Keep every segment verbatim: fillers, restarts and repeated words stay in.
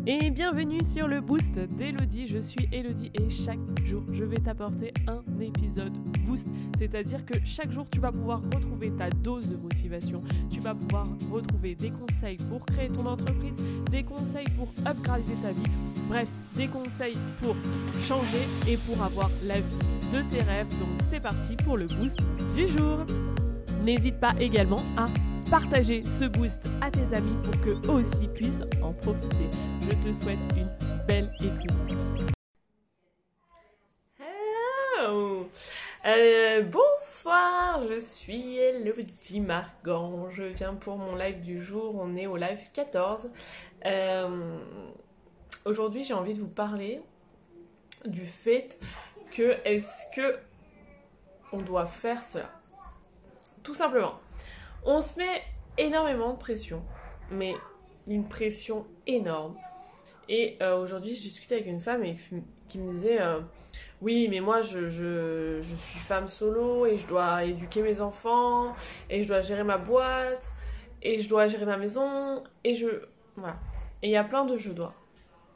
Et bienvenue sur le Boost d'Elodie, je suis Elodie et chaque jour je vais t'apporter un épisode Boost, c'est-à-dire que chaque jour tu vas pouvoir retrouver ta dose de motivation, tu vas pouvoir retrouver des conseils pour créer ton entreprise, des conseils pour upgrader ta vie, bref, des conseils pour changer et pour avoir la vie de tes rêves. Donc c'est parti pour le Boost du jour. N'hésite pas également à partager ce boost à tes amis pour qu'eux aussi puissent en profiter. Je te souhaite une belle écoute. Hello euh, Bonsoir, je suis Elodie Margan. Je viens pour mon live du jour. On est au live quatorze. Euh, aujourd'hui, j'ai envie de vous parler du fait que est-ce que on doit faire cela ? Tout simplement. On se met énormément de pression, mais une pression énorme. Et euh, aujourd'hui, je discutais avec une femme et, qui me disait euh, « Oui, mais moi, je, je, je suis femme solo et je dois éduquer mes enfants, et je dois gérer ma boîte, et je dois gérer ma maison, et je... » Voilà. Et il y a plein de « je dois ».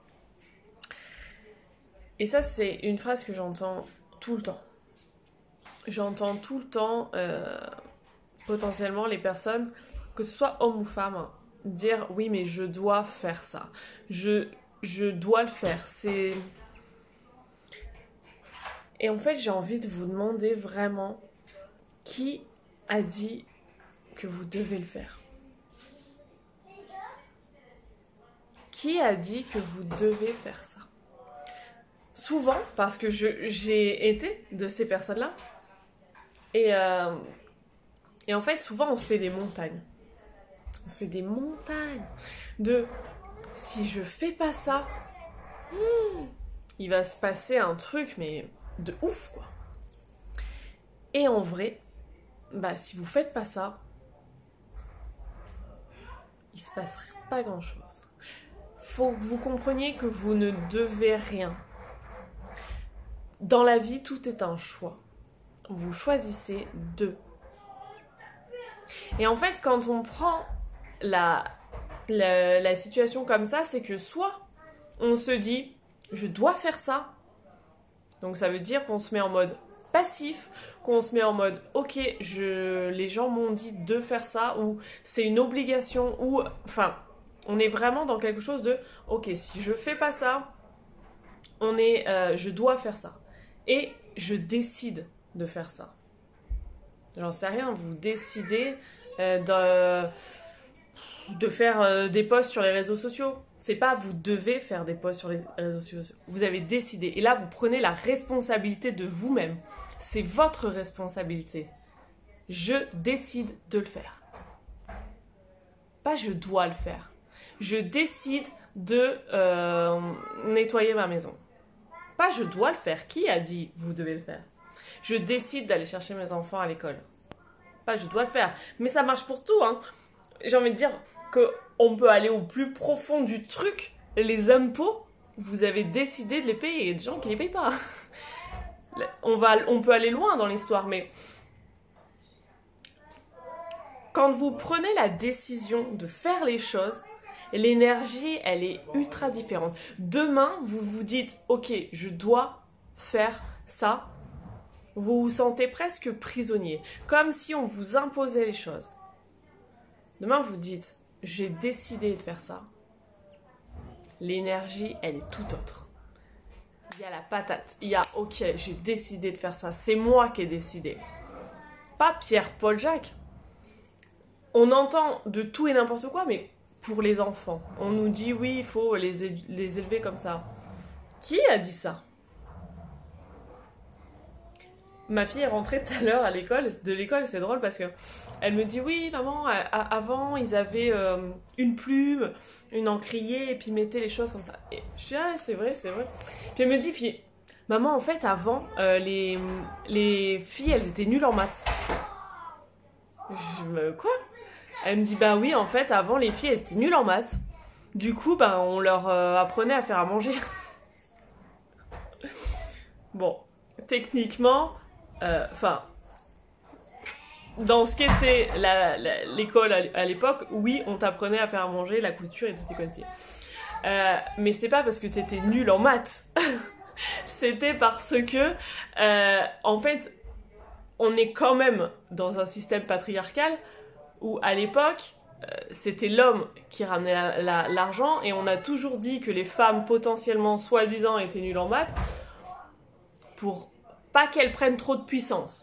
Et ça, c'est une phrase que j'entends tout le temps. J'entends tout le temps... Euh, potentiellement les personnes, que ce soit homme ou femme, dire oui mais je dois faire ça, je, je dois le faire, c'est... Et en fait j'ai envie de vous demander vraiment, qui a dit que vous devez le faire ? Qui a dit que vous devez faire ça ? Souvent, parce que je, j'ai été de ces personnes-là, et... Euh, Et en fait, souvent, on se fait des montagnes. On se fait des montagnes de « si je fais pas ça, hmm, il va se passer un truc, mais de ouf, quoi. » Et en vrai, bah, si vous faites pas ça, il se passe pas grand-chose. Faut que vous compreniez que vous ne devez rien. Dans la vie, tout est un choix. Vous choisissez de. Et en fait, quand on prend la, la, la situation comme ça, c'est que soit on se dit « je dois faire ça », donc ça veut dire qu'on se met en mode passif, qu'on se met en mode « ok, je, les gens m'ont dit de faire ça » ou « c'est une obligation » ou enfin, on est vraiment dans quelque chose de « ok, si je fais pas ça, on est, euh, je dois faire ça » et je décide de faire ça. J'en sais rien, vous décidez euh, de, de faire euh, des posts sur les réseaux sociaux. C'est pas vous devez faire des posts sur les réseaux sociaux. Vous avez décidé. Et là, vous prenez la responsabilité de vous-même. C'est votre responsabilité. Je décide de le faire. Pas je dois le faire. Je décide de euh, nettoyer ma maison. Pas je dois le faire. Qui a dit vous devez le faire ? Je décide d'aller chercher mes enfants à l'école. Pas je dois le faire. Mais ça marche pour tout, hein. J'ai envie de dire qu'on peut aller au plus profond du truc. Les impôts, vous avez décidé de les payer. Il y a des gens qui ne les payent pas. On, va, on peut aller loin dans l'histoire, mais... Quand vous prenez la décision de faire les choses, l'énergie, elle est ultra différente. Demain, vous vous dites, ok, je dois faire ça. Vous vous sentez presque prisonnier, comme si on vous imposait les choses. Demain, vous dites, j'ai décidé de faire ça. L'énergie, elle est tout autre. Il y a la patate, il y a, ok, j'ai décidé de faire ça, c'est moi qui ai décidé. Pas Pierre, Paul, Jacques. On entend de tout et n'importe quoi, mais pour les enfants, on nous dit, oui, il faut les, les élever comme ça. Qui a dit ça ? Ma fille est rentrée tout à l'heure à l'école, de l'école, c'est drôle parce que elle me dit oui maman, à, à, avant ils avaient euh, une plume, une encrier et puis ils mettaient les choses comme ça. Et je dis ah c'est vrai, c'est vrai. Puis elle me dit puis maman en fait avant euh, les, les filles elles étaient nulles en maths. Je me quoi ? Elle me dit bah oui en fait avant les filles elles étaient nulles en maths. Du coup bah on leur euh, apprenait à faire à manger. Bon, techniquement enfin, euh, dans ce qu'était la, la, l'école à l'époque, oui, on t'apprenait à faire à manger, la couture et tout ces conneries. Euh, mais c'était pas parce que t'étais nul en maths. C'était parce que, euh, en fait, on est quand même dans un système patriarcal où, à l'époque, euh, c'était l'homme qui ramenait la, la, l'argent et on a toujours dit que les femmes, potentiellement, soi-disant, étaient nulles en maths pour pas qu'elles prennent trop de puissance.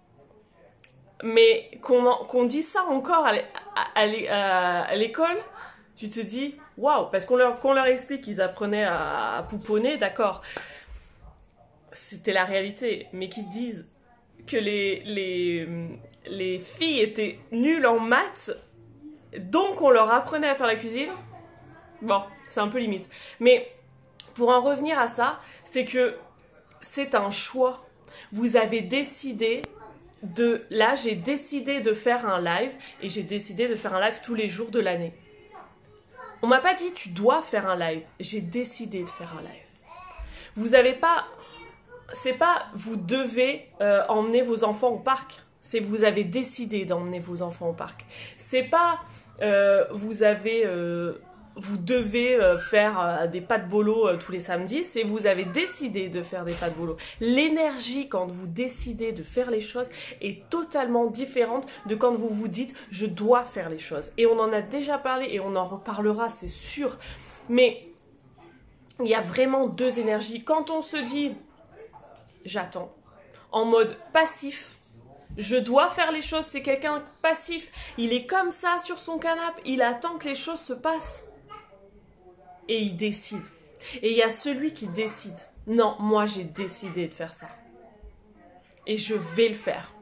Mais qu'on, en, qu'on dise ça encore à, à, à l'école, tu te dis, waouh, parce qu'on leur, qu'on leur explique qu'ils apprenaient à, à pouponner, d'accord, c'était la réalité, mais qu'ils disent que les, les, les filles étaient nulles en maths, donc on leur apprenait à faire la cuisine, bon, c'est un peu limite. Mais pour en revenir à ça, c'est que c'est un choix. Vous avez décidé de... Là, j'ai décidé de faire un live, et j'ai décidé de faire un live tous les jours de l'année. On m'a pas dit tu dois faire un live, j'ai décidé de faire un live. Vous n'avez pas... C'est pas vous devez euh, emmener vos enfants au parc, c'est vous avez décidé d'emmener vos enfants au parc. C'est pas euh, vous avez euh, vous devez euh, faire euh, des pâtes bolo euh, tous les samedis, c'est vous avez décidé de faire des pâtes bolo. L'énergie quand vous décidez de faire les choses est totalement différente de quand vous vous dites je dois faire les choses. Et on en a déjà parlé et on en reparlera, c'est sûr. Mais il y a vraiment deux énergies. Quand on se dit j'attends, en mode passif, je dois faire les choses, c'est quelqu'un passif, il est comme ça sur son canapé, il attend que les choses se passent et il décide. Et il y a celui qui décide, non, moi j'ai décidé de faire ça et je vais le faire.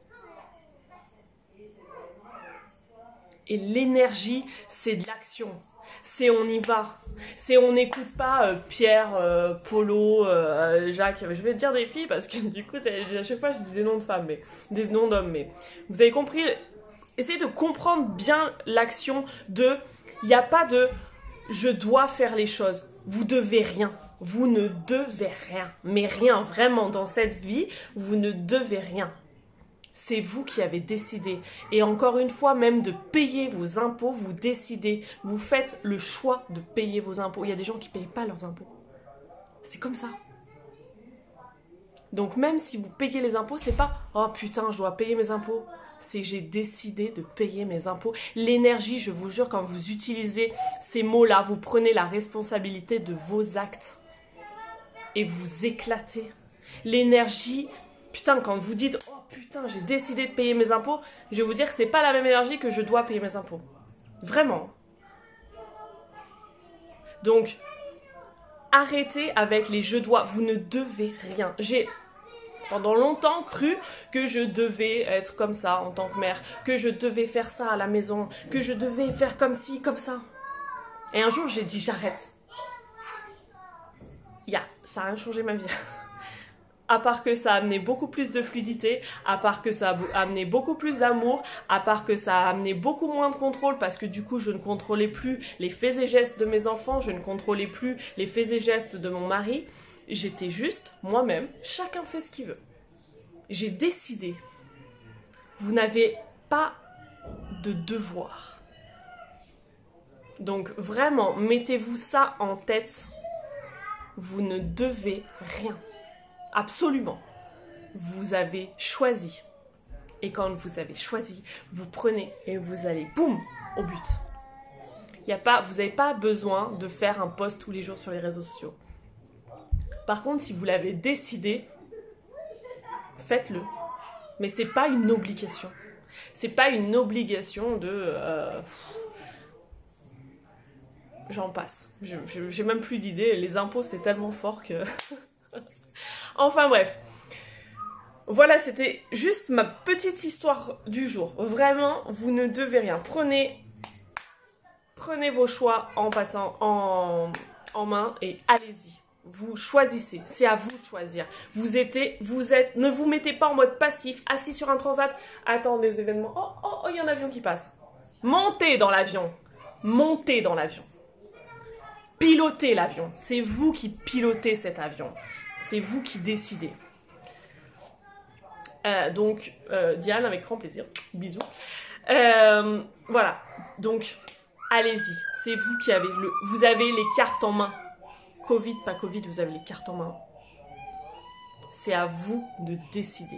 Et l'énergie, c'est de l'action. C'est on y va. C'est on n'écoute pas euh, Pierre, euh, Polo, euh, Jacques. Je vais te dire des filles parce que du coup, à chaque fois, je dis des noms de femmes, mais des noms d'hommes. Mais vous avez compris. Essayez de comprendre bien l'action de. Il n'y a pas de je dois faire les choses. Vous devez rien. Vous ne devez rien. Mais rien, vraiment, dans cette vie, vous ne devez rien. C'est vous qui avez décidé. Et encore une fois, même de payer vos impôts, vous décidez. Vous faites le choix de payer vos impôts. Il y a des gens qui ne payent pas leurs impôts. C'est comme ça. Donc même si vous payez les impôts, c'est pas « Oh putain, je dois payer mes impôts ». C'est « J'ai décidé de payer mes impôts ». L'énergie, je vous jure, quand vous utilisez ces mots-là, vous prenez la responsabilité de vos actes. Et vous éclatez. L'énergie, putain, quand vous dites « Oh putain, j'ai décidé de payer mes impôts », je vais vous dire que c'est pas la même énergie que je dois payer mes impôts. Vraiment. Donc, arrêtez avec les « je dois ». Vous ne devez rien. J'ai pendant longtemps cru que je devais être comme ça en tant que mère, que je devais faire ça à la maison, que je devais faire comme ci, comme ça. Et un jour, j'ai dit « j'arrête ». Ya, yeah, ça a rien changé ma vie. À part que ça a amené beaucoup plus de fluidité, à part que ça a amené beaucoup plus d'amour, à part que ça a amené beaucoup moins de contrôle parce que du coup je ne contrôlais plus les faits et gestes de mes enfants, je ne contrôlais plus les faits et gestes de mon mari. J'étais juste moi-même, chacun fait ce qu'il veut. J'ai décidé. Vous n'avez pas de devoir. Donc vraiment, mettez-vous ça en tête. Vous ne devez rien. Absolument. Vous avez choisi. Et quand vous avez choisi, vous prenez et vous allez, boum, au but. Y a pas, vous n'avez pas besoin de faire un post tous les jours sur les réseaux sociaux. Par contre, si vous l'avez décidé, faites-le. Mais c'est pas une obligation. C'est pas une obligation de... Euh, j'en passe. Je, je, j'ai même plus d'idées. Les impôts, c'était tellement fort que... Enfin bref, voilà, c'était juste ma petite histoire du jour. Vraiment, vous ne devez rien. Prenez, prenez vos choix en passant en, en main et allez-y. Vous choisissez, c'est à vous de choisir. Vous êtes, vous êtes, ne vous mettez pas en mode passif, assis sur un transat, attendre les événements. Oh, oh, oh, il y a un avion qui passe. Montez dans l'avion. Montez dans l'avion. Pilotez l'avion. C'est vous qui pilotez cet avion. C'est vous qui décidez. Euh, donc, euh, Diane, avec grand plaisir. Bisous. Euh, voilà. Donc, allez-y. C'est vous qui avez le, vous avez les cartes en main. Covid, pas Covid, vous avez les cartes en main. C'est à vous de décider.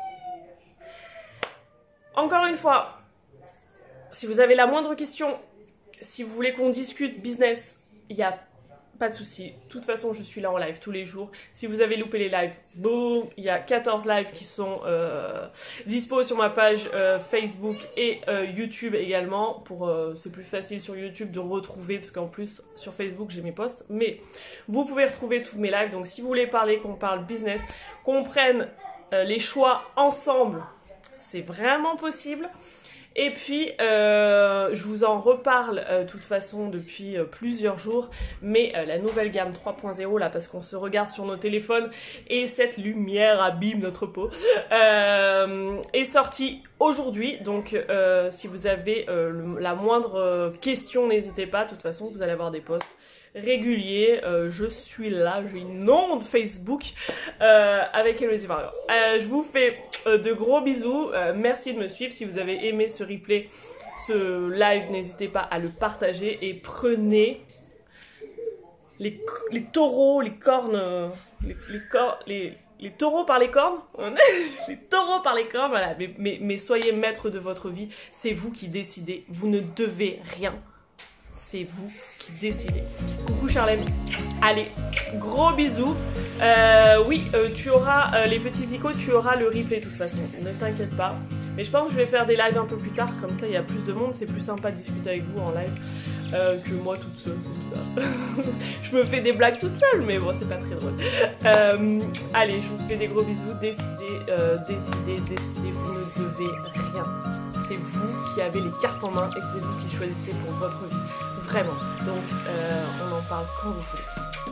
Encore une fois, si vous avez la moindre question, si vous voulez qu'on discute business, il n'y a pas de souci. De toute façon, je suis là en live tous les jours. Si vous avez loupé les lives, boum, il y a quatorze lives qui sont euh, dispo sur ma page euh, Facebook et euh, YouTube également. Pour euh, c'est plus facile sur YouTube de retrouver, parce qu'en plus, sur Facebook, j'ai mes posts. Mais vous pouvez retrouver tous mes lives. Donc, si vous voulez parler, qu'on parle business, qu'on prenne euh, les choix ensemble, c'est vraiment possible. Et puis, euh, je vous en reparle de euh, toute façon depuis euh, plusieurs jours, mais euh, la nouvelle gamme trois point zéro, là, parce qu'on se regarde sur nos téléphones et cette lumière abîme notre peau, euh, est sortie aujourd'hui. Donc, euh, si vous avez euh, le, la moindre euh, question, n'hésitez pas. De toute façon, vous allez avoir des posts régulier, euh, je suis là, j'ai une onde Facebook euh, avec Elodie Varga. Euh, je vous fais euh, de gros bisous, euh, merci de me suivre. Si vous avez aimé ce replay, ce live, n'hésitez pas à le partager et prenez les, les taureaux, les cornes, euh, les, les, cor les, les taureaux par les cornes, les taureaux par les cornes, voilà, mais, mais, mais soyez maître de votre vie, c'est vous qui décidez, vous ne devez rien. C'est vous qui décidez. Coucou Charlène. Allez, gros bisous. Euh, oui, euh, tu auras euh, les petits icônes, tu auras le replay de toute façon. Ne t'inquiète pas. Mais je pense que je vais faire des lives un peu plus tard, comme ça il y a plus de monde. C'est plus sympa de discuter avec vous en live euh, que moi toute seule, comme ça. Je me fais des blagues toute seule, mais bon, c'est pas très drôle. Euh, allez, je vous fais des gros bisous. Décidez, euh, décidez, décidez. Vous ne devez rien. C'est vous qui avez les cartes en main et c'est vous qui choisissez pour votre vie. Vraiment. Donc, euh, on en parle quand vous voulez.